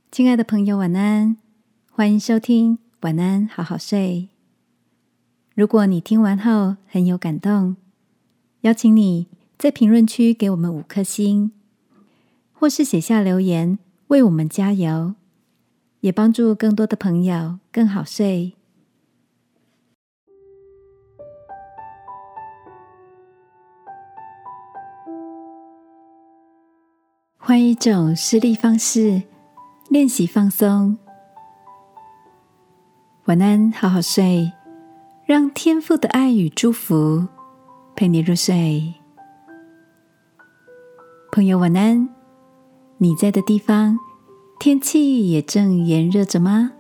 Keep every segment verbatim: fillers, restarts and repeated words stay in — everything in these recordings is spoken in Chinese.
亲爱的朋友，晚安，欢迎收听晚安好好睡。如果你听完后很有感动，邀请你在评论区给我们五颗星，或是写下留言为我们加油，也帮助更多的朋友更好睡。换一种施力方式练习放松。晚安好好睡，让天父的爱与祝福陪你入睡。朋友晚安，你在的地方天气也正炎热着吗？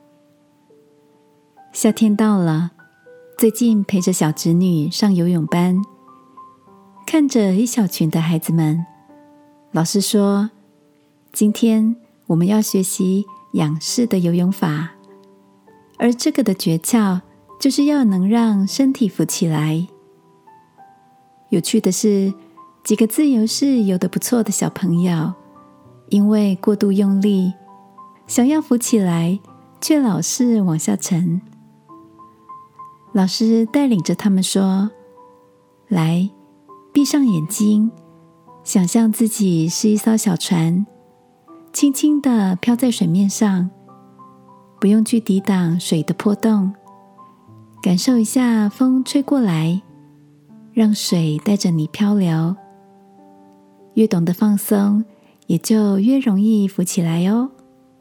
夏天到了，最近陪着小侄女上游泳班，看着一小群的孩子们，老师说，今天我们要学习仰式的游泳法，而这个的诀窍就是要能让身体浮起来。有趣的是，几个自由式游得不错的小朋友，因为过度用力，想要浮起来，却老是往下沉。老师带领着他们说，来，闭上眼睛，想象自己是一艘小船，轻轻地飘在水面上，不用去抵挡水的波动，感受一下风吹过来，让水带着你漂流。越懂得放松，也就越容易浮起来哦。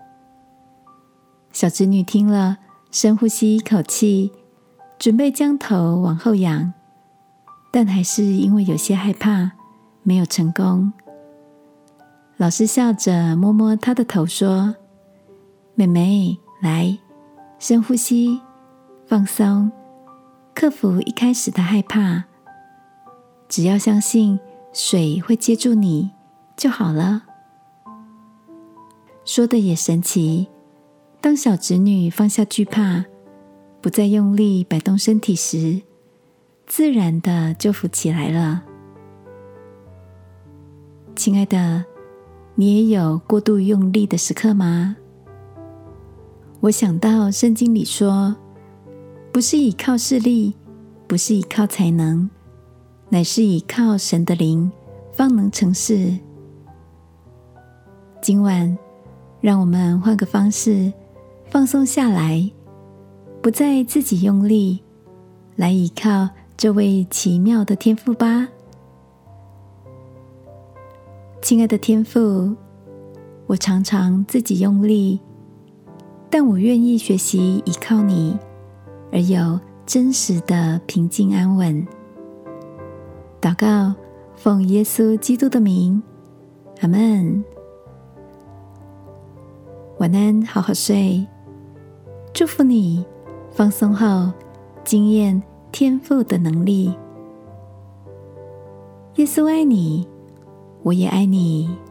小侄女听了，深呼吸一口气，准备将头往后仰，但还是因为有些害怕，没有成功。老师笑着摸摸她的头说，妹妹，来，深呼吸，放松，克服一开始的害怕，只要相信水会接住你就好了。说的也神奇，当小侄女放下惧怕，不再用力摆动身体时，自然的就浮起来了。亲爱的，你也有过度用力的时刻吗？我想到圣经里说，不是倚靠势力，不是倚靠才能，乃是倚靠神的灵，方能成事。今晚，让我们换个方式，放松下来，不再自己用力，来倚靠这位奇妙的天父吧。亲爱的天父，我常常自己用力，但我愿意学习依靠你，而有真实的平静安稳。祷告，奉耶稣基督的名，阿们。晚安，好好睡。祝福你，放松后经验天父的能力。耶稣爱你，我也爱你。